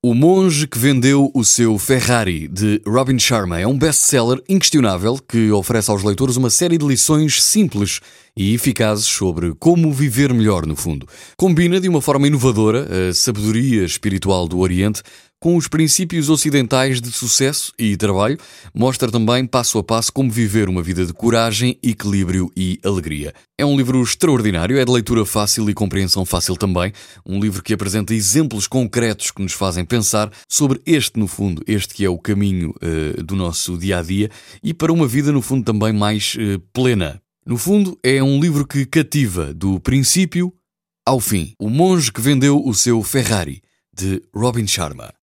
O Monge que Vendeu o Seu Ferrari, de Robin Sharma, é um best-seller inquestionável que oferece aos leitores uma série de lições simples e eficazes sobre como viver melhor, no fundo. Combina de uma forma inovadora a sabedoria espiritual do Oriente com os princípios ocidentais de sucesso e trabalho. Mostra também, passo a passo, como viver uma vida de coragem, equilíbrio e alegria. É um livro extraordinário, é de leitura fácil e compreensão fácil também. Um livro que apresenta exemplos concretos que nos fazem pensar sobre no fundo, este que é o caminho do nosso dia-a-dia e para uma vida, no fundo, também mais plena. No fundo, é um livro que cativa do princípio ao fim. O Monge que Vendeu o Seu Ferrari, de Robin Sharma.